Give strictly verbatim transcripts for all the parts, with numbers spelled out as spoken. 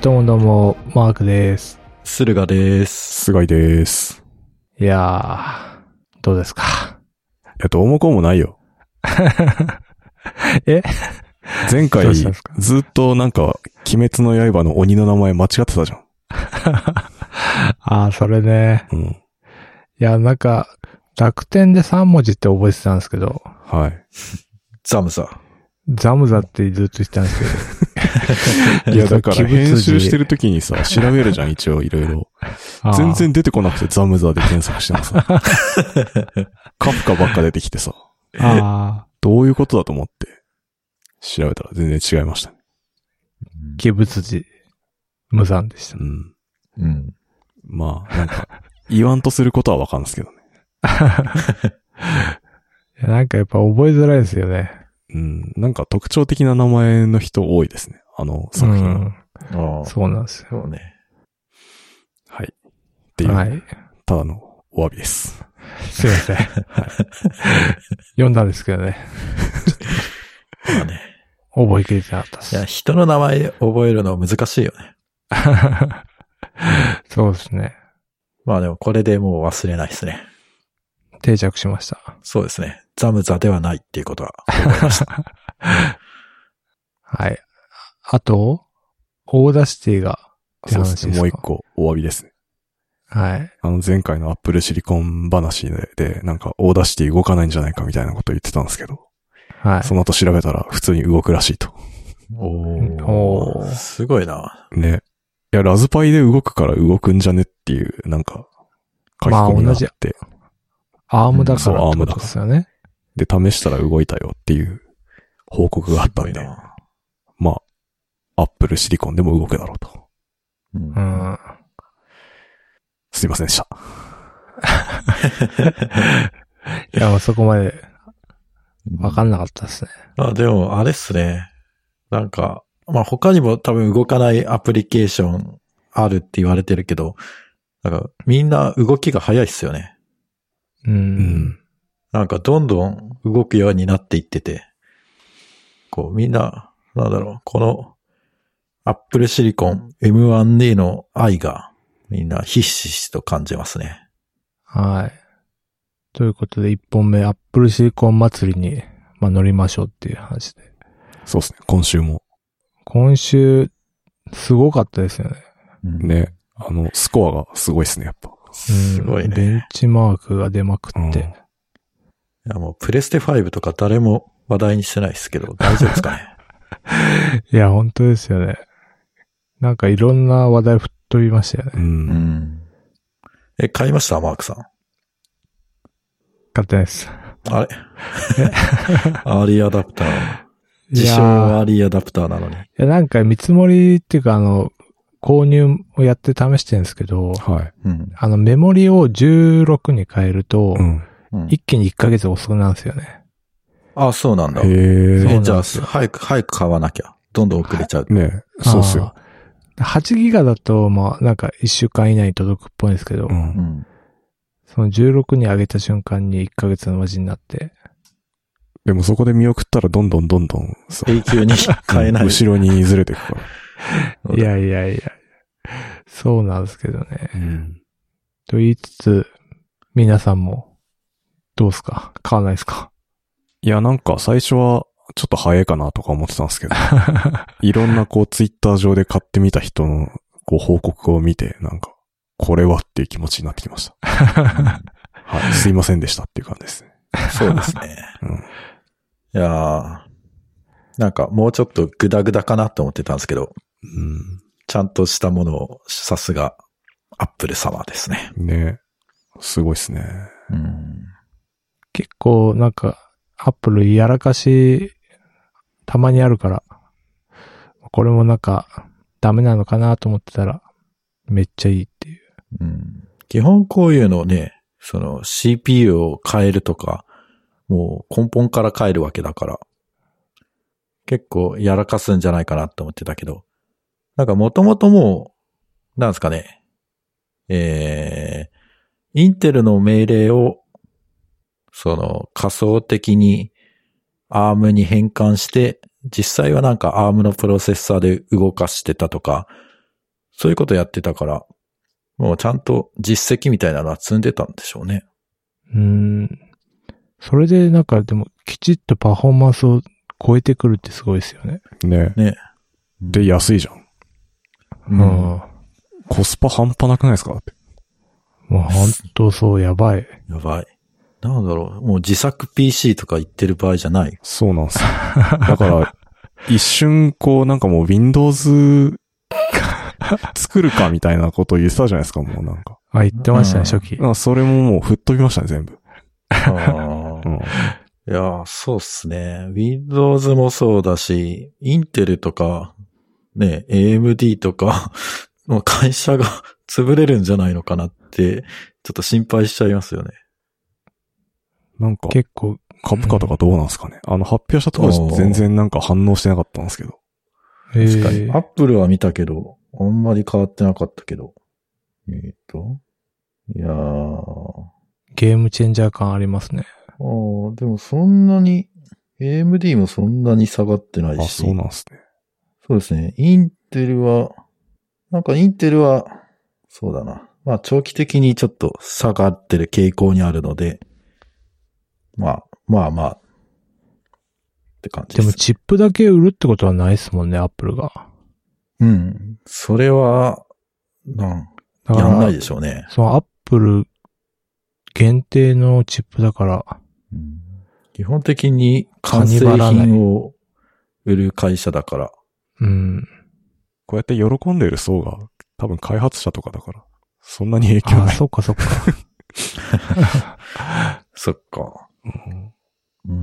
どうもどうも、マークです。 駿河です。 菅井です。 いやー、どうですか。 えっと、重こうもないよ。 え前回、ずっとなんか、鬼滅の刃の鬼の名前間違ってたじゃん。 あー、それね。 うん。 いや、なんか、楽天でさん文字って覚えてたんですけど。 はい。 ザムザ。 ザムザってずっと言ってたんですけど。 いや、だから編集してる時にさ、調べるじゃん、一応いろいろ。全然出てこなくてザムザで検索してもさ。カフカばっか出てきてさ。 ああ。 どういうことだと思って、調べたら全然違いましたね。 鬼仏寺、無惨でした。 うん。 うん。 まあ、なんか、言わんとすることはわかんないですけどね。 いやなんかやっぱ覚えづらいですよね。 うん。なんか特徴的な名前の人多いですね。あの作品。うんああ、 そうなんですよ。 そうね。 はい。っていう、 はい、 ただのお詫びです。 すいません。はい、読んだんですけどね。 まあね。 覚えきれてなかったです。 いや、人の名前覚えるの難しいよね。 そうですね。まあでもこれでもう忘れないですね。 定着しました。 そうですね。ザムザではないっていうことは覚えました。 はい。あと、オーダーシティがって話ですか。 そうですね。もう一個お詫びですね。 はい。 あの前回のアップルシリコン話で、で、なんかオーダーシティ動かないんじゃないかみたいなこと言ってたんですけど。はい。その後調べたら普通に動くらしいと。 おー。おー。すごいな。 ね。いや、ラズパイで動くから動くんじゃねっていう、なんか、書き込みがあって。まあアームだからってことですよね。 で、試したら動いたよっていう報告があったんで。まあ、アップルシリコンでも動くだろうと。 うん。 すいませんでした。 いや、そこまでわかんなかったですね。 あ、でも、あれっすね。なんか、まあ他にも多分動かないアプリケーションあるって言われてるけど、なんかみんな動きが早いっすよね。 うん。 なんかどんどん動くようになっていってて、こうみんな、なんだろう、このアップルシリコン エムワンディー の愛がみんなひしひしと感じますね。 はい。ということでいっぽんめアップルシリコン祭りに、まあ、乗りましょうっていう話で。 そうですね、今週も。 今週、すごかったですよね。 うん、ね。あの、スコアがすごいですね、やっぱ。 すごいね。 ベンチマークが出まくって。うん、いやもうプレステファイブとか誰も話題にしてないですけど、大丈夫ですかね。 いや、本当ですよね。なんかいろんな話題吹っ飛びましたよね。 うん。うん、 え、買いましたマークさん。 買ってないです。 あれアーリーアダプター。自称アーリーアダプターなのに。いや、なんか見積もりっていうかあの、購入をやって試してるんですけど、 はい。 うん、あのメモリをじゅうろくに変えると、うんうん、一気にいっかげつ遅くなるんですよね。 ああ、そうなんだ。 へえ、じゃあ、早く、早く買わなきゃ。どんどん遅れちゃう。 ねそうっすよ。 はちギガだと、まあ、なんかいっしゅうかん以内に届くっぽいんですけど、うん、そのじゅうろくに上げた瞬間にいっかげつのマジになって。 でもそこで見送ったらどんどんどんどん永久に買えない。 後ろにずれていくから。 いやいやいや。そうなんですけどね。 うん、 と言いつつ、皆さんも、どうすか？買わないですか？ いや、なんか最初はちょっと早いかなとか思ってたんですけど、いろんなこうツイッター上で買ってみた人のこう報告を見て、なんか、これはっていう気持ちになってきました。はい、すいませんでしたっていう感じですね。 そうですね。うん、いやー、なんかもうちょっとグダグダかなと思ってたんですけど、うん、ちゃんとしたものをさすがアップル様ですね。 ね。すごいですね。 うん、結構なんかアップルやらかしたまにあるから、これもなんかダメなのかなと思ってたらめっちゃいいっていう。 うん、基本こういうのね、その シーピーユー を変えるとか、もう根本から変えるわけだから、結構やらかすんじゃないかなと思ってたけど、なんかもともともう、なんですかね、えー、インテルの命令を、その仮想的に アーム に変換して、実際はなんか アーム のプロセッサーで動かしてたとか、 そういうことやってたから、もうちゃんと実績みたいなのは積んでたんでしょうね。 うーん。それでなんかでもきちっとパフォーマンスを超えてくるってすごいですよね。 ね。 ね。 で、安いじゃん。 うん。うん、 コスパ半端なくないですかだって。 もう本当そうやばい。 やばい。なんだろう。もう自作 ピーシー とか言ってる場合じゃない。 そうなんですよ。だから、一瞬こうなんかもう Windows 作るかみたいなことを言ってたじゃないですか、もうなんか。 あ、言ってましたね、初期。 あ、それももう吹っ飛びましたね、全部。 あうん、いや、そうっすね。Windows もそうだし、インテルとか、ね、エーエムディー とか、もう会社が潰れるんじゃないのかなって、ちょっと心配しちゃいますよね。 なんか、 結構、 株価とかどうなんですかね。うん、あの、発表した当時って全然なんか反応してなかったんですけど。 確かに。アップルは見たけど、あんまり変わってなかったけど。えっと。いやー。 ゲームチェンジャー感ありますね。 ああ、でもそんなに、エーエムディー もそんなに下がってないし。 あ、そうなんですね。 そうですね。インテルは、なんかインテルは、そうだな。まあ長期的にちょっと下がってる傾向にあるので、まあ、まあまあ、って感じです。 でもチップだけ売るってことはないですもんね、アップルが。 うん。それは、なん、やんないでしょうね。 そのアップル限定のチップだから。 うん、基本的に完成品を売る会社だから。 うん。 こうやって喜んでいる層が多分開発者とかだから、そんなに影響ない。あ、 そっかそっか。 そっか。うん。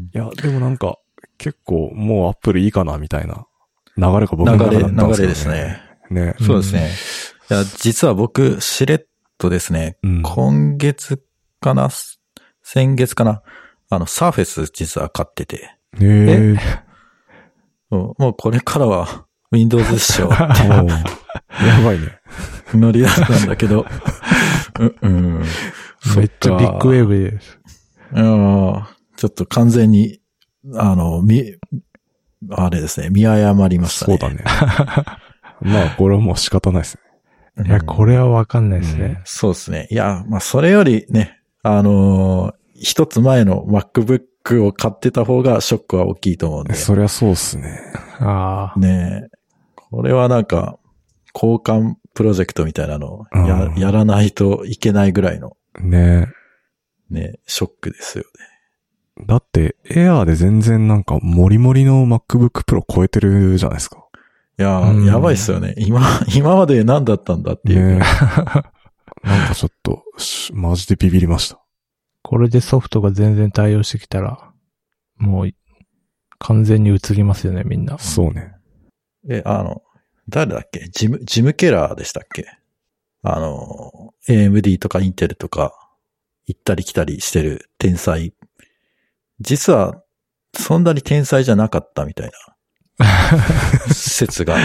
いや、でもなんか、結構もうアップルいいかなみたいな流れが僕の中であったんですよね。 流れですね。 ね。 そうですね。いや、実は僕、しれっとですね、うん、今月かな先月かなあの、サーフェス実は買ってて。 へえ。 もうこれからは Windows っしょって。 やばいね。 ノリだったんだけど。うん、うん。 めっちゃビッグウェーブです。 いやちょっと完全に、あの、み、あれですね、見誤りましたね。 そうだね。まあ、これはもう仕方ないですね。いや、これはわかんないですね、うん。 そうですね。いや、まあ、それよりね、あのー、一つ前の MacBook を買ってた方がショックは大きいと思うんで。 そりゃそうっすね。 ああ。 ねえ。これはなんか、交換プロジェクトみたいなのをや、うん、やらないといけないぐらいの。 ねえ。ねショックですよね。だって、Air で全然なんか、モリモリの MacBook Pro 超えてるじゃないですか。 いやー、うん、やばいっすよね。今、今まで何だったんだっていう。 ね、なんかちょっと、マジでビビりました。 これでソフトが全然対応してきたら、もう、完全に移りますよね、みんな。 そうね。 え、あの、誰だっけジム、ジムケラーでしたっけあの、エーエムディー とかインテルとか、行ったり来たりしてる天才。実は、そんなに天才じゃなかったみたいな、説が。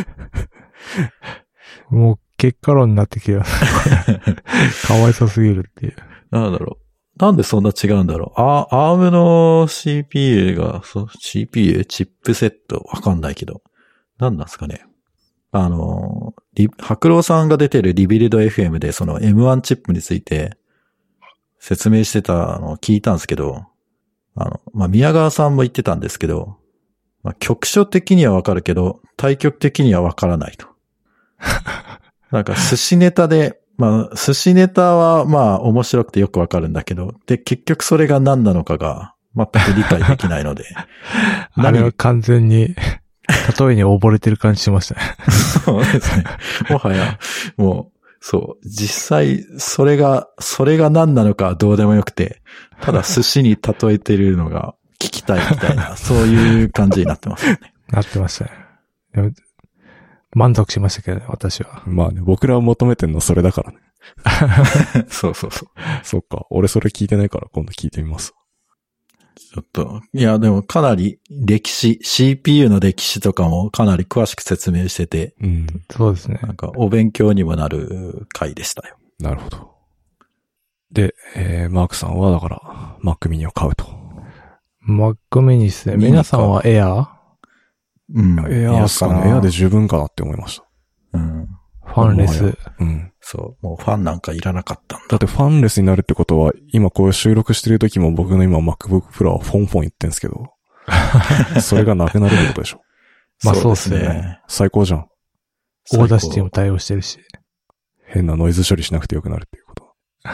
もう、結果論になってきてます。かわいそうすぎるっていう。 なんだろう。なんでそんな違うんだろう。あ、アームの シーピーユー が、そう、シーピーユー、チップセット、わかんないけど。なんなんですかね。あの、リ、白郎さんが出てるリビルド エフエム で、その エムワン チップについて説明してたのを聞いたんですけど、あの、まあ、宮川さんも言ってたんですけど、まあ、局所的にはわかるけど、対極的にはわからないと。なんか寿司ネタで、まあ、寿司ネタはまあ面白くてよくわかるんだけど、で、結局それが何なのかが全く理解できないので。 あれは完全に、例えに溺れてる感じしましたね。 そうですね。もはや、もう、そう、実際、それが、それが何なのかはどうでもよくて、ただ寿司に例えてるのが聞きたいみたいな、そういう感じになってますよね。 なってましたね。でも満足しましたけどね、私は。 まあね、僕らを求めてるのはそれだからね。 そうそうそう。 そっか。俺それ聞いてないから今度聞いてみます。 ちょっと、いやでもかなり歴史、シーピーユー の歴史とかもかなり詳しく説明してて。 うん。そうですね。 なんかお勉強にもなる回でしたよ。 なるほど。で、えー、マークさんはだから、Mac mini を買うと。 Mac mini ですね。皆さんは Air？ うん。 エアーかな。エアーで十分かなって思いました。 うん。 ファンレス。 うん。 そう。もうファンなんかいらなかったんだ。 だってファンレスになるってことは、今こう収録してる時も僕の今 MacBook Pro はフォンフォン言ってんすけど、それがなくなるってことでしょ。 まあそうっすね。 最高じゃん。 オーダーシティも対応してるし。 変なノイズ処理しなくてよくなるっていうこと。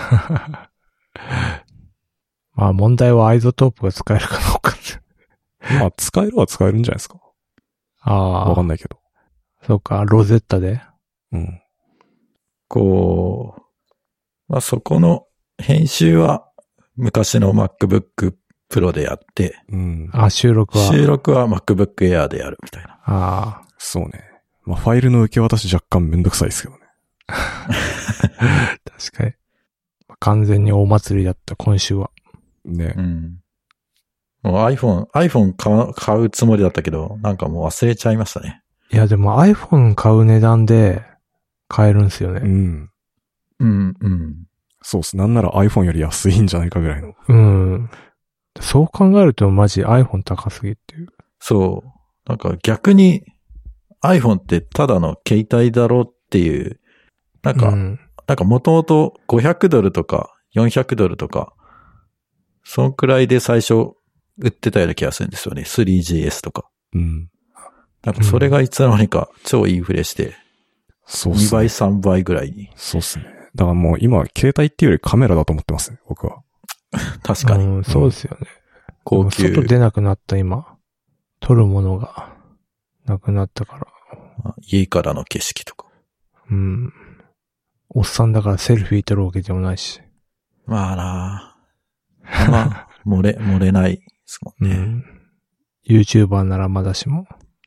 まあ問題はアイゾトープが使えるかどうか。 まあ使えるは使えるんじゃないですか。 ああ。 わかんないけど。 そうか、ロゼッタで。 うん。 こう、まあそこの編集は昔の MacBook Pro でやって、 うん。 あ、収録は。 収録は MacBook Air でやるみたいな。 ああ。 そうね。まあファイルの受け渡し若干めんどくさいですけどね。 確かに。完全に大祭りだった今週は。 ね。 うん。もう iPhone、iPhone 買う、買うつもりだったけど、なんかもう忘れちゃいましたね。 いやでも iPhone 買う値段で買えるんすよね。 うん。 うん、うん。 そうっす。なんなら iPhone より安いんじゃないかぐらいの。 うん。そう考えるとマジ iPhone 高すぎっていう。 そう。なんか逆に iPhone ってただの携帯だろうっていう、なんか、うん、なんかもともとごひゃくドルとかよんひゃくドルとか、そんくらいで最初売ってたような気がするんですよね。スリージーエス とか。 うん。 なんかそれがいつの間にか超インフレして、 そうっすね。 にばいさんばいぐらいに。 そうっすね。だからもう今携帯っていうよりカメラだと思ってますね、僕は。 確かに。 うん、そうですよね。 高級。 外出なくなった今、撮るものがなくなったから。 家からの景色とか。 うん。おっさんだからセルフィー撮るわけでもないし。 まあなあ。まあ、漏れ、漏れないですもんね。うん。 YouTuber ならまだしも。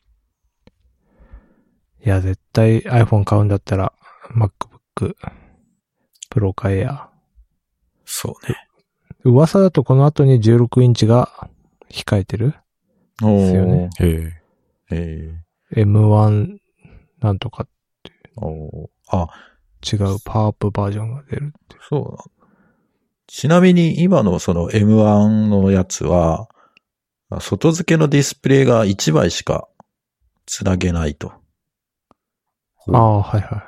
いや、絶対 iPhone 買うんだったら MacBook Pro 買えや。 そうね。 噂だとこの後にじゅうろくインチが控えてるですよね。 へえ。 へえ。エムワン なんとかっていう。 おあ、 違うパワーアップバージョンが出るって。 そうなんだ。ちなみに今のその エムワン のやつは、外付けのディスプレイがいちばいしかつなげないと。 ああ、はいはい。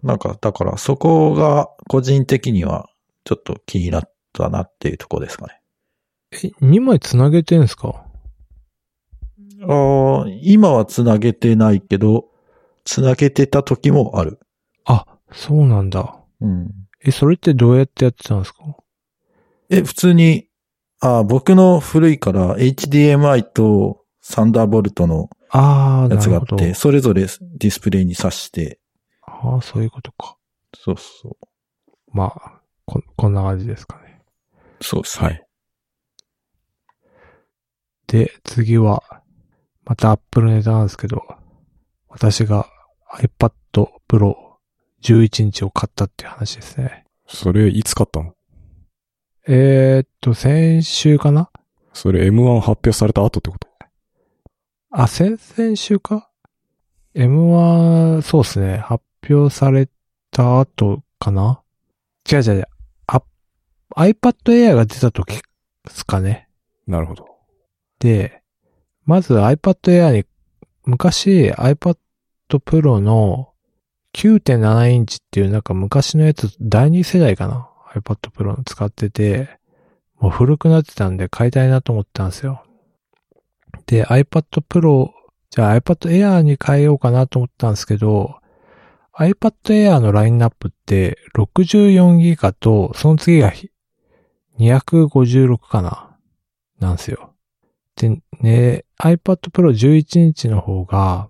なんか、だからそこが個人的にはちょっと気になったなっていうところですかね。 え、にまいつなげてんすか？ ああ、今はつなげてないけど、つなげてた時もある。 あ、そうなんだ。 うん。 え、それってどうやってやってたんですか？ え、普通に、あ、僕の古いから エイチディーエムアイ とサンダーボルトのやつがあって、それぞれディスプレイに挿して。 ああ、そういうことか。 そうそう。 まあ、こ、こんな感じですかね。 そうですね。はい。 で、次は、また Apple ネタなんですけど、私が iPad Pro じゅういちインチを買ったっていう話ですね。 それいつ買ったの？ えーっと、先週かな？ それ エムワン 発表された後ってこと？ あ、先々週か？ エムワン、そうですね。発表された後かな？違う違う違う。あ、iPad Air が出た時ですかね。 なるほど。 で、まず iPad Air に、昔 iPad Pro の きゅうてんなな インチっていうなんか昔のやつ、だいに世代かな iPad Pro の使ってて、もう古くなってたんで買いたいなと思ったんですよ。で、iPad Pro、じゃあ iPad Air に変えようかなと思ったんですけど、iPad Air のラインナップってろくじゅうよんギガと、その次がにひゃくごじゅうろくかななんですよ。で、ね、iPad Pro じゅういちインチの方が、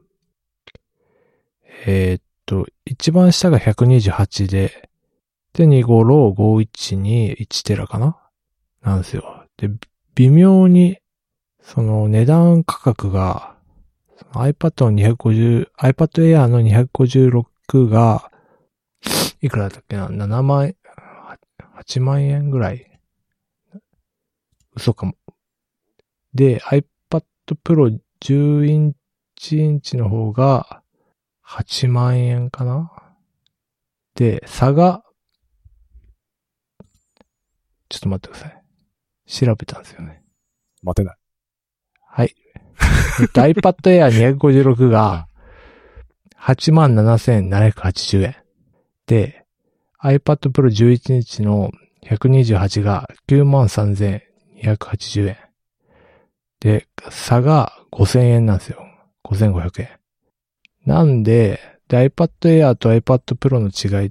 えー、っと、一番下がひゃくにじゅうはちで、で、にひゃくごじゅう、ごひゃくじゅういちにいちテラかななんですよ。で、微妙に、その値段価格が、iPad のにひゃくごじゅう、iPad Air のにひゃくごじゅうろくが、いくらだったっけな ?ななまん円、はちまん円ぐらい。嘘かも。で、iPad Pro じゅうインチの方がはちまん円かな？で、差が、ちょっと待ってください。調べたんですよね。 待てない。 はい。えっと、iPad Air にひゃくごじゅうろくがはちまんななせんななひゃくはちじゅうえん。で、iPad Pro じゅういちにちのひゃくにじゅうはちが きゅうまんさんぜんにひゃくはちじゅうえん。で、差がごせんえんなんですよ。ごせんごひゃくえん。なんで、で iPad Air と iPad Pro の違いって、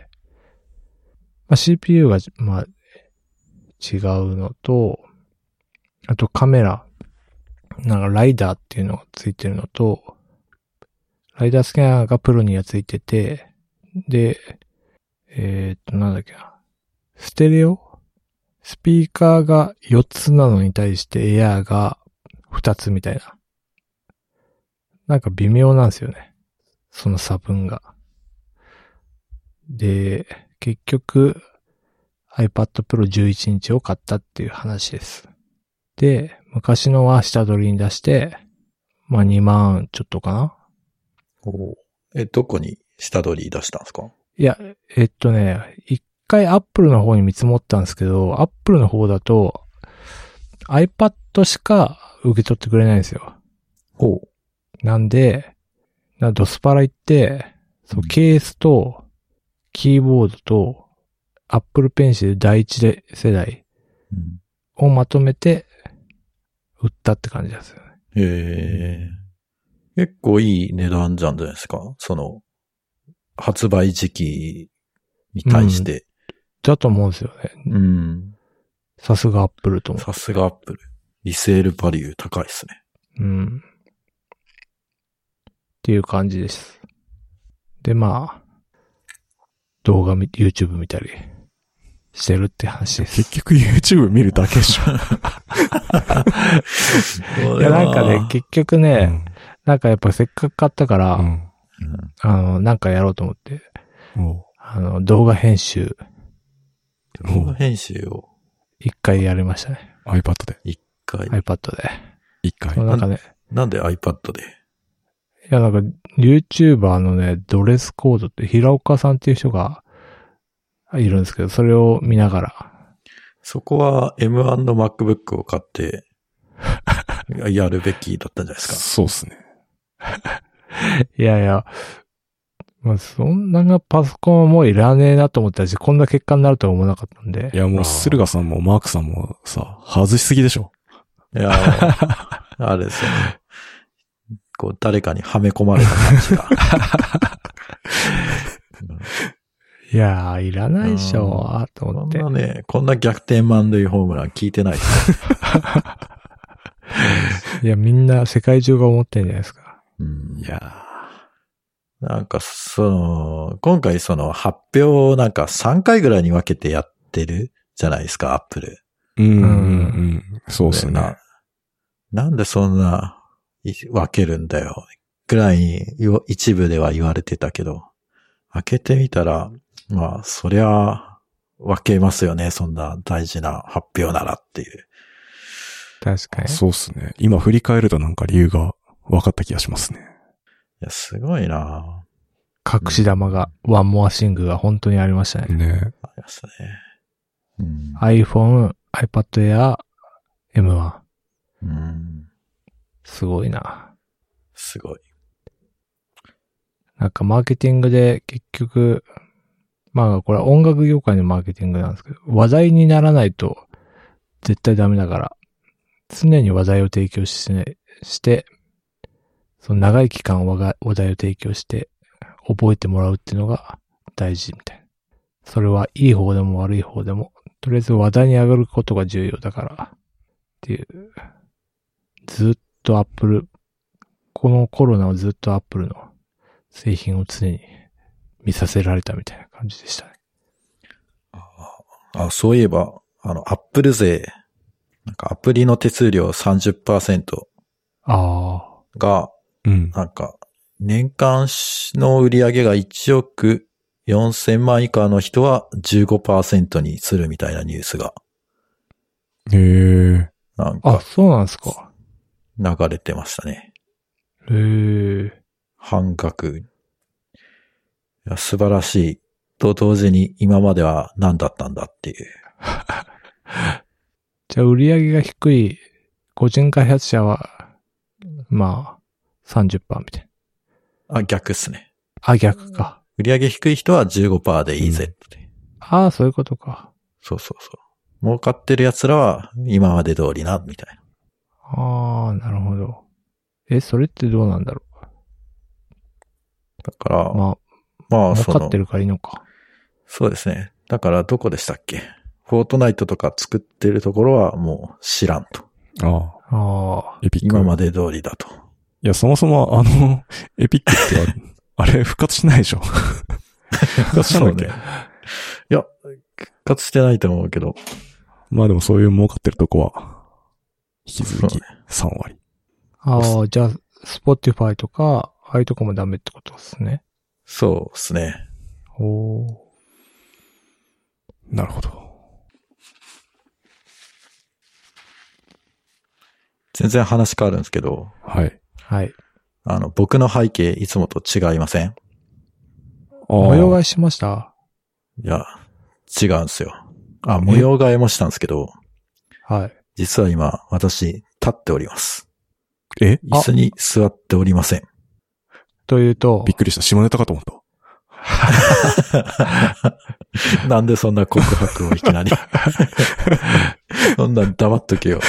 まあ、シーピーユー が、まあ、違うのと、あとカメラ、なんかライダーっていうのがついてるのと、ライダースキャナーがプロにはついてて、で、えー、っと、なんだっけな。ステレオスピーカーがよっつなのに対してエアーがふたつみたいな。なんか微妙なんですよね。その差分が。で、結局 iPad Pro じゅういちにちを買ったっていう話です。で、昔のは下取りに出して、まあにまんちょっとかな。 おえ、どこに下取り出したんですか？ いや、えっとね、一回 Apple の方に見積もったんですけど、Apple の方だと iPad しか受け取ってくれないんですよ。 おう。 なんで、なドスパラ行って、そうケースとキーボードと Apple Pencil 第一世代をまとめて売ったって感じですよね。 へえ。結構いい値段じゃんじゃないですか。その、発売時期に対して。 だと思うんですよね。 うん。 さすが Apple と思う。 さすが Apple。リセールバリュー高いですね。 うん。っていう感じです。で、まあ、動画見、YouTube 見たりしてるって話です。 結局 YouTube 見るだけでしょ。 いや、なんかね、結局ね、うん、なんかやっぱせっかく買ったから、うん、あの、なんかやろうと思って、あの、動画編集。 動画編集を一回やりましたね。 iPad で。 一回。 iPad で。 一回。 なんかね。 なんで iPad で？ いや、なんか、YouTuber のね、ドレスコードって、平岡さんっていう人がいるんですけど、それを見ながら。 そこは エムワン の MacBook を買って、やるべきだったんじゃないですか。 そうですね。 いやいや、まあ、そんながパソコンはもういらねえなと思ったし、こんな結果になるとは思わなかったんで。 いや、もう、駿河さんもマークさんもさ、外しすぎでしょ。 いや、あれですよね。こう、誰かにはめ込まれた感じが。 いやー、いらないでしょ、と思って。 こんなね、こんな逆転満塁ホームラン聞いてないです。 いや、みんな世界中が思ってんじゃないですか。 うん、いやー。なんか、その、今回その発表をなんかさんかいぐらいに分けてやってるじゃないですか、アップル。 うん、うん、うん。そうですね。 な、なんでそんな、分けるんだよ。ぐらいに一部では言われてたけど、開けてみたら、まあ、そりゃ、分けますよね。そんな大事な発表ならっていう。 確かに。 そうっすね。今振り返るとなんか理由が分かった気がしますね。 いや、すごいな隠し玉が、うん、ワンモアシングが本当にありましたね。 ね。 ありましたね。うん、 iPhone、iPad Air、エムワン。 うん。 すごいな。 すごい。 なんかマーケティングで結局、まあこれは音楽業界のマーケティングなんですけど、話題にならないと絶対ダメだから、常に話題を提供し、ね、して、その長い期間話題を提供して、覚えてもらうっていうのが大事みたいな。それはいい方でも悪い方でも、とりあえず話題に上がることが重要だから、っていう。ずっとアップル、このコロナはずっとアップルの製品を常に見させられたみたいな感じでしたね。 あ、そういえば、あの、アップル税、なんかアプリの手数料 さんじゅっパーセントあが、 うん、 なんか、年間の売り上げがいちおくよんせんまん以下の人は じゅうごパーセント にするみたいなニュースが。 へー。 なんか。 あ、そうなんですか。 流れてましたね。 へー。 半額。いや、素晴らしい。と同時に今までは何だったんだっていう。 じゃあ売り上げが低い個人開発者は、まあ、さんじゅっパーセント みたいあ、逆っすね。 あ、逆か。 売上低い人は じゅうごパーセント でいいぜって、うん。 ああ、そういうことか。 そうそうそう。儲かってる奴らは今まで通りな、みたいな。 ああ、なるほど。え、それってどうなんだろう。 だから、 まあ、 まあ、 儲かってるからいいのか。 そうですね。だからどこでしたっけ？フォートナイトとか作ってるところはもう知らんと。 ああ。 ああ。 エピック。 今まで通りだと。 いや、そもそもあの、エピックってあれ復活しないでしょ。復活したんだっけ？ ね、いや、復活してないと思うけど。 まあでもそういう儲かってるとこは、引き続きさん割。 ああ、じゃあ、Spotify とか、ああいうとこもダメってことですね。 そうですね。 おー。 なるほど。 全然話変わるんですけど。 はい。 はい。 あの、僕の背景いつもと違いません？ 模様替えしました？ いや、違うんですよ。あ、模様替えもしたんですけど。 はい。 実は今、私、立っております。 え？ 椅子に座っておりません。 というと。 びっくりした。下ネタかと思った。 なんでそんな告白をいきなり。そんなん黙っとけよ。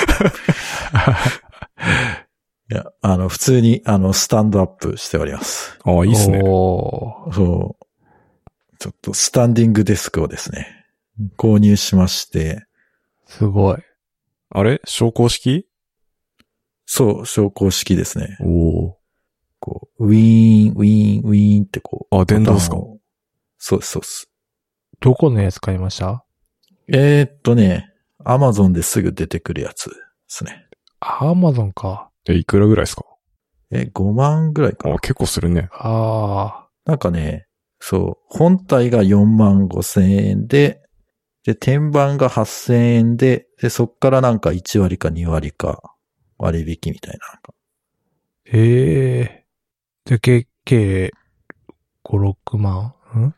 いや、あの、普通に、あの、スタンドアップしております。 ああ、いいっすね。 そう。ちょっと、スタンディングデスクをですね、購入しまして。 すごい。 あれ？昇降式？ そう、昇降式ですね。 おー。 こう、ウィーン、ウィーン、ウィーンってこう。 あ、電動ですか？ そうです、そうです。 どこのやつ買いました？ えー、っとね、アマゾンですぐ出てくるやつですね。 アマゾンか。 え、いくらぐらいですか？ え、ごまんぐらいかな。 あ、結構するね。 ああ。 なんかね、そう、本体がよんまんごせんえんで、で、天板がはっせんえんで、で、そっからなんかいち割かに割か割引みたいな。 へえ。で、計、計ご、ろくまん？ん？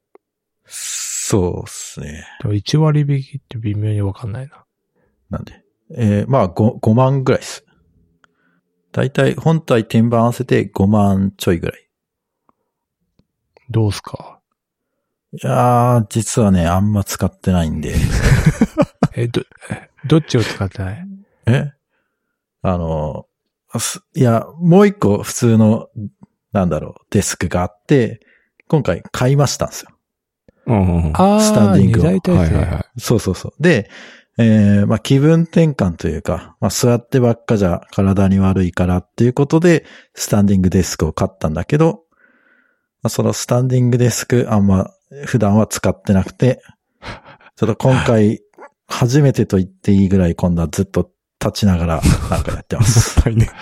そうっすね。 いち割引きって微妙にわかんないな。 なんで。えー、まあご、ごまんぐらいです。だいたい本体天板合わせてごまんちょいぐらい。 どうすか？ いやー、実はね、あんま使ってないんで。 え、ど、どっちを使ってない？ えあの、いや、もう一個普通の、なんだろう、デスクがあって、今回買いましたんですよ。 うんうんうん、 ああ、 スタンディングを。 はいはいはい。 そうそうそう。で、えー、まあ気分転換というか、まあ座ってばっかじゃ体に悪いからっていうことで、スタンディングデスクを買ったんだけど、まあ、そのスタンディングデスクあんま普段は使ってなくて、ちょっと今回初めてと言っていいぐらい今度はずっと立ちながらなんかやってます。 もったいね。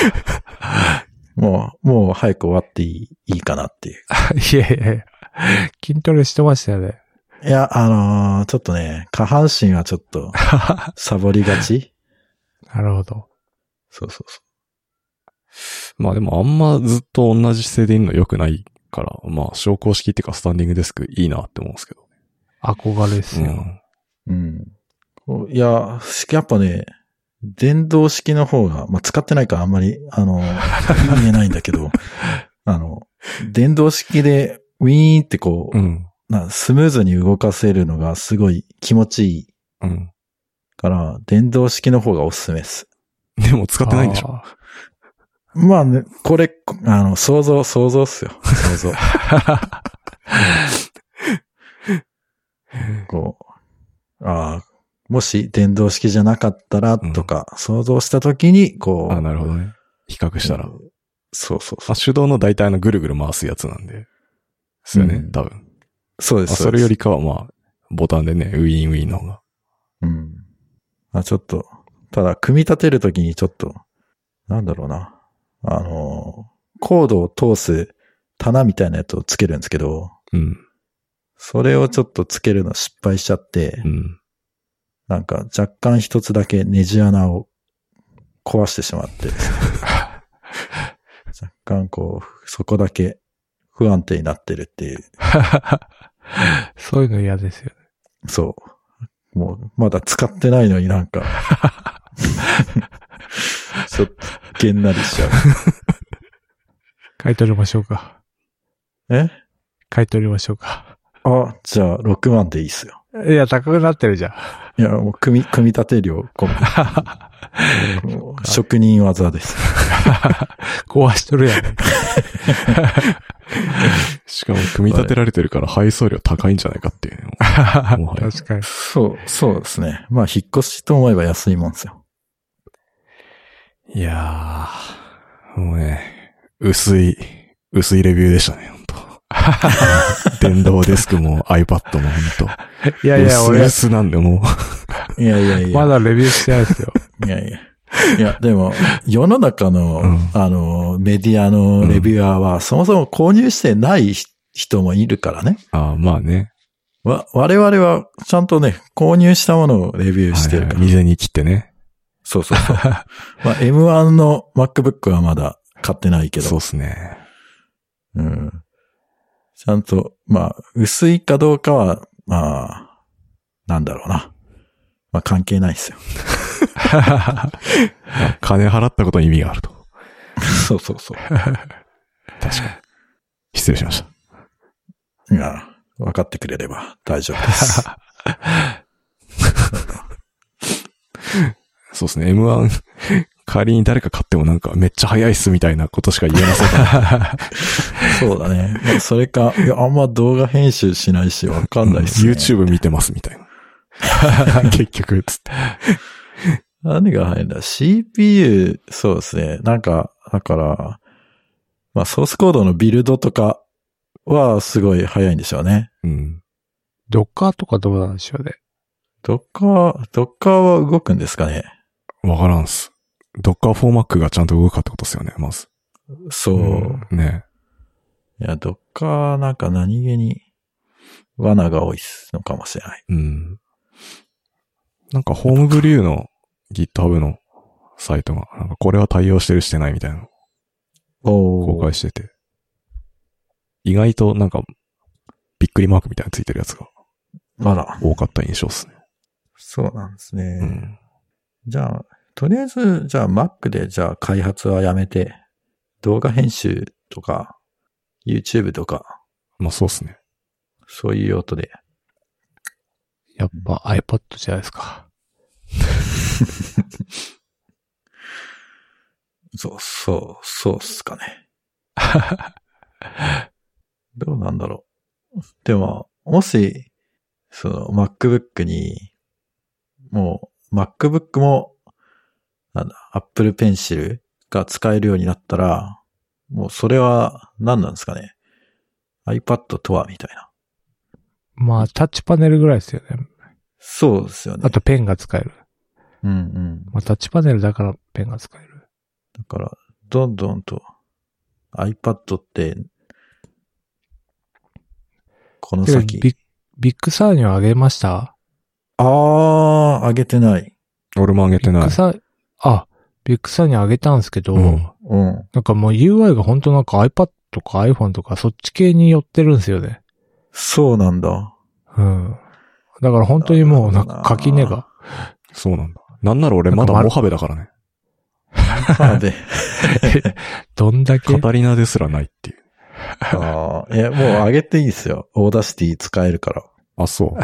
もう、もう早く終わっていい、いいかなっていう。 いやいやいや、筋トレしてましたよね。 いや、あのー、ちょっとね、下半身はちょっと、サボりがちなるほど。 そうそうそう。 まあでもあんまずっと同じ姿勢でいるの良くないから、まあ昇降式っていうかスタンディングデスクいいなって思うんですけど。 憧れですよ。 うん。うん。いや、やっぱね、電動式の方が、まあ、使ってないからあんまり、あの、言えないんだけど、あの、電動式でウィーンってこう、うん、なスムーズに動かせるのがすごい気持ちいい。 うん。 から、電動式の方がおすすめです。 でも使ってないんでしょ？ まあね、これ、あの、想像、想像っすよ。想像。こう、ああ、もし電動式じゃなかったらとか、想像したときに、こう、 うん。あ、なるほどね。比較したら。 そうそうそう。 あ、手動の大体のぐるぐる回すやつなんで。ですよね、うん、多分。 そうです。 あ、それよりかはまあ、ボタンでね、ウィーンウィーンの方が。 うん。あ、ちょっと、ただ、組み立てるときにちょっと、なんだろうな。あの、コードを通す棚みたいなやつをつけるんですけど、 うん。 それをちょっとつけるの失敗しちゃって、 うん。 なんか若干一つだけネジ穴を壊してしまってですね。若干こう、そこだけ不安定になってるっていう。 そういうの嫌ですよね。 そう。もう、まだ使ってないのになんか、ちょっと、げんなりしちゃう。 買い取りましょうか。 え買い取りましょうか。 あ、じゃあろくまんでいいっすよ。 いや、高くなってるじゃん。 いや、もう組み、組み立て料込み。もう職人技です。 壊しとるやん。 しかも組み立てられてるから配送料高いんじゃないかっていう。もはや確かに。 そう、そうですね。まあ、引っ越しと思えば安いもんですよ。 いやー、もうね、薄い、薄いレビューでしたね、ほんと。電動デスクも iPad もほんと。 いやいや、俺、 薄々なんでもう。 いやいやいや。 まだレビューしてないですよ。 いやいや。いや、でも、世の中の、うん、あの、メディアのレビュアーは、そもそも購入してない人もいるからね。 ああ、まあね。 わ、我々は、ちゃんとね、購入したものをレビューしてるから。 はいはい、店に切ってね。 そうそうそう。まあ、エムワン の MacBook はまだ買ってないけど。 そうですね。 うん。ちゃんと、まあ、薄いかどうかは、まあ、なんだろうな。まあ、関係ないですよ。 金払ったことに意味があると。 そうそうそう。 確かに。失礼しました。 いや、分かってくれれば大丈夫です。 そうですね。エムワン 仮に誰か買ってもなんかめっちゃ早いっすみたいなことしか言えなそうだ。 そうだね。まあ、それか、いや、あんま動画編集しないし分かんないっすね。 YouTube 見てますみたいな。結局、つって。 何が入るんだ ?シーピーユー、そうですね。なんか、だから、まあソースコードのビルドとかはすごい早いんでしょうね。 うん。 ドッカーとかどうなんでしょうね。 ドッカー、ドッカーは動くんですかね。 わからんっす。ドッカーフォーマックがちゃんと動くかってことですよね、まず。 そう。 うん、ね。 いや、ドッカーなんか何気に罠が多いのかもしれない。 うん。なんかホームブリューの GitHub のサイトが、なんかこれは対応してるしてないみたいなのを公開してて。意外となんかびっくりマークみたいなのついてるやつがあら多かった印象ですね。 そうなんですね。 うん、 じゃあ、とりあえず、じゃあ Mac でじゃあ開発はやめて、動画編集とか、YouTube とか。 まあそうですね。 そういう用途で。 やっぱ iPad じゃないですか。 そう、そう、そうっすかね。どうなんだろう。でも、もし、その MacBook に、もう MacBook も、なんだ、Apple Pencil が使えるようになったら、もうそれは何なんですかね。iPad とはみたいな。 まあ、タッチパネルぐらいですよね。 そうですよね。 あとペンが使える。 うんうん。 まあ、タッチパネルだからペンが使える。 だから、どんどんと iPad って、この先。 ビッ、ビッグサーにはあげました？ あー、あげてない。 俺もあげてない。 ビッグサー、あ、ビッグサーにあげたんですけど、 うん。 うん、 なんかもう ユーアイ が本当なんか iPad とか iPhone とかそっち系に寄ってるんですよね。 そうなんだ。 うん。だから本当にもうなんか垣根が。 そうなんだ。なんなら俺まだモハベだからね。 モハベ。 どんだけカタリナですらないっていう。 ああ、いや、もうあげていいですよ。オーダーシティ使えるから。 あ、そう。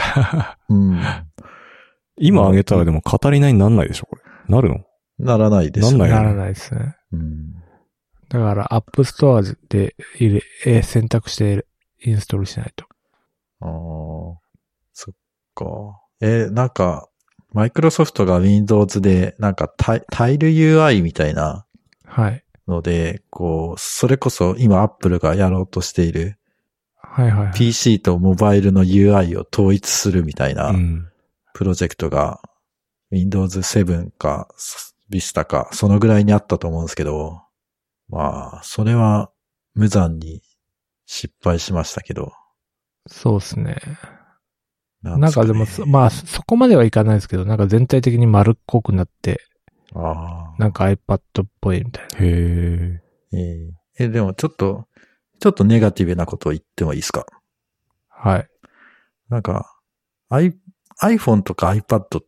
うん。 今あげたらでもカタリナになんないでしょ、これ。なるの？ ならないですね。 ならないですね。 うん。 だからアップストアで入れ、選択してインストールしないと。 ああ、そっか。えー、なんか、マイクロソフトが Windows で、なんかタイ、タイル ユーアイ みたいな。 はい。 ので、こう、それこそ今 Apple がやろうとしている。 はいはい、はい。 ピーシー とモバイルの ユーアイ を統一するみたいな、プロジェクトが Windows セブンか Vista か、そのぐらいにあったと思うんですけど、まあ、それは無残に失敗しましたけど。 そうですね。なんですかね。なんかでも、まあ、そこまではいかないですけど、なんか全体的に丸っこくなって、 あなんか iPad っぽいみたいな。 へえ。 えー、え、でもちょっと、ちょっとネガティブなことを言ってもいいですか？ はい。 なんか、I、iPhone とか iPad って、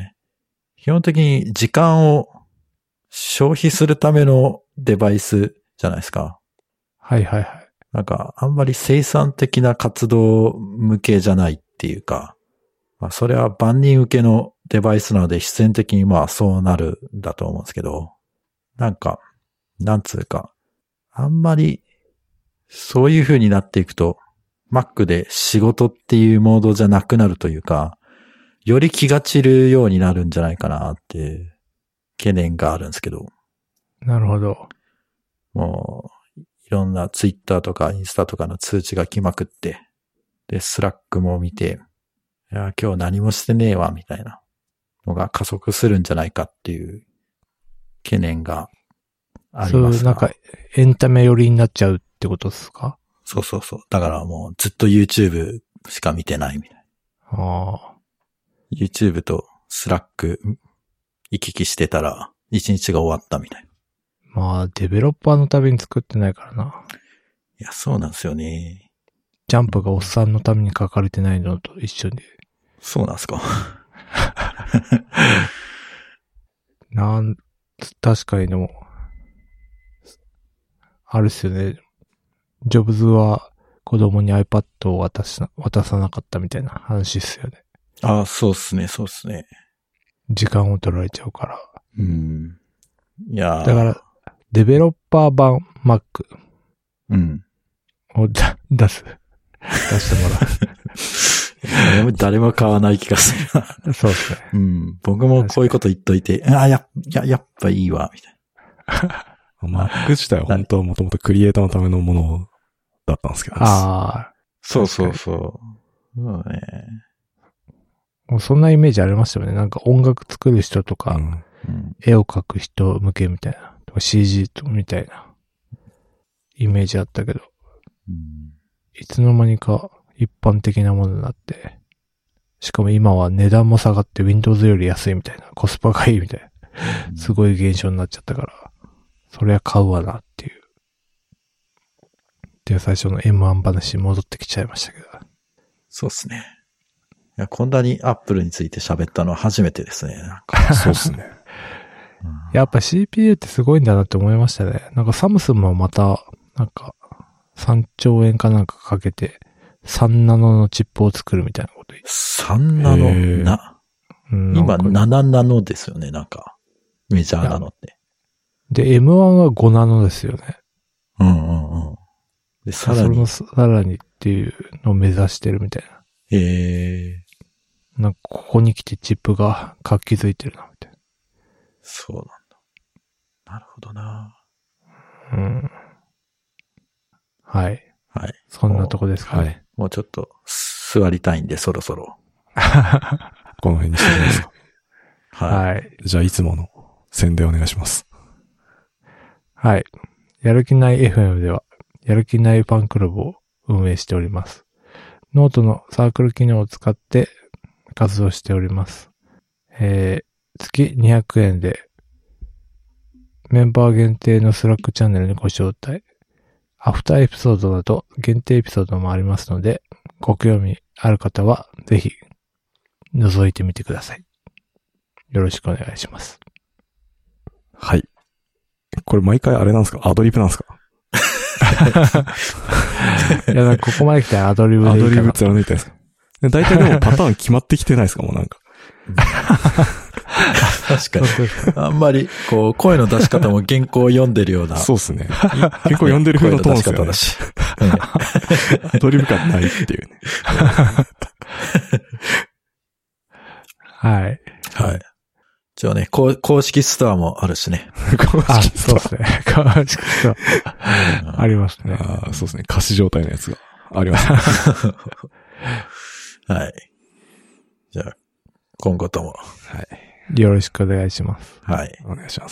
基本的に時間を消費するためのデバイスじゃないですか。 はいはいはい。 なんか、あんまり生産的な活動向けじゃないっていうか、まあ、それは万人受けのデバイスなので必然的にまあそうなるんだと思うんですけど、なんか、なんつうか、あんまり、そういう風になっていくと、Mac で仕事っていうモードじゃなくなるというか、より気が散るようになるんじゃないかなって懸念があるんですけど。 なるほど。 もう、いろんな Twitter とかインスタとかの通知が来まくって、で、Slack も見て、いや、今日何もしてねえわ、みたいなのが加速するんじゃないかっていう懸念がありますが。 そう、なんか、エンタメ寄りになっちゃうってことですか？ そうそうそう。だからもうずっと YouTube しか見てないみたいな。 ああ。 YouTube と Slack 行き来してたら一日が終わったみたいな。 まあ、デベロッパーのために作ってないからな。 いや、そうなんですよね。 ジャンプがおっさんのために書かれてないのと一緒で。 そうなんですか。 なん、確かにでも、あるっすよね。ジョブズは子供に iPad を渡しな、渡さなかったみたいな話っすよね。 ああ、そうっすね、そうっすね。 時間を取られちゃうから。 うん。いやだから、デベロッパー版 Mac うん。 をだ出す。出してもら誰も、誰も買わない気がするな。 う。そうですね。 うん。僕もこういうこと言っといて、ああ、や、や、やっぱいいわ、みたいな。 Mac 自体は本当はもともとクリエイターのためのものだったんですけど。 ああ。 そうそうそう。そうね。 もうそんなイメージありましたよね。なんか音楽作る人とか、 うんうん、 絵を描く人向けみたいな。とか シージー とみたいなイメージあったけど、 うん、 いつの間にか一般的なものになって、しかも今は値段も下がって Windows より安いみたいな、コスパがいいみたいな、すごい現象になっちゃったから、それは買うわなっていう。で、最初の エムワン 話に戻ってきちゃいましたけど。 そうですね。いや、こんなに Apple について喋ったのは初めてですね。なんかそうですね。 やっぱ シーピーユー ってすごいんだなって思いましたね。なんかサムスンもまた、なんかさんちょうえんかなんかかけてさんナノのチップを作るみたいなこと言って。 さんナノな、うん、今ななナノですよね、なんか。メジャーなのって。 で、エムワン はごナノですよね。 うんうんうん。で、さらに。 それのさらにっていうのを目指してるみたいな。 へえ。 なんかここに来てチップが活気づいてるな、みたいな。 そうなんだ。なるほどな。 うん。はい。 はい。 そんなとこですかね。はい、 もうちょっと座りたいんで、そろそろ。 この辺にしてみますか。 はい。はい。 じゃあ、いつもの宣伝お願いします。 はい。やる気ない エフエム では、やる気ないファンクラブを運営しております。ノートのサークル機能を使って活動しております。えー、月にひゃくえんで、メンバー限定のスラックチャンネルにご招待。アフターエピソードなど限定エピソードもありますので、ご興味ある方はぜひ覗いてみてください。よろしくお願いします。 はい。これ毎回あれなんですか？アドリブなんですか？ いや、なんかここまで来たらアドリブでいいかな。 アドリブ貫いたんですか？大体でもパターン決まってきてないですか？もうなんか。 確かに。あんまり、こう、声の出し方も原稿を読んでるような。 そうですね。原稿読んでる風のトーンですよね。しアドリブ感ないっていうね。 はい。 はい。一応ね、公式ストアもあるしね。 公式ストア。そうですね。公式ストア。ありますね。 あそうですね。貸し状態のやつがあります、ね。 はい。じゃあ、今後とも。 はい。 よろしくお願いします。 はい。 お願いします。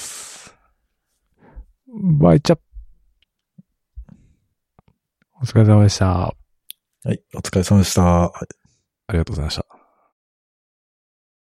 バイチャ。お疲れ様でした。 はい。お疲れ様でした。はい、 ありがとうございました。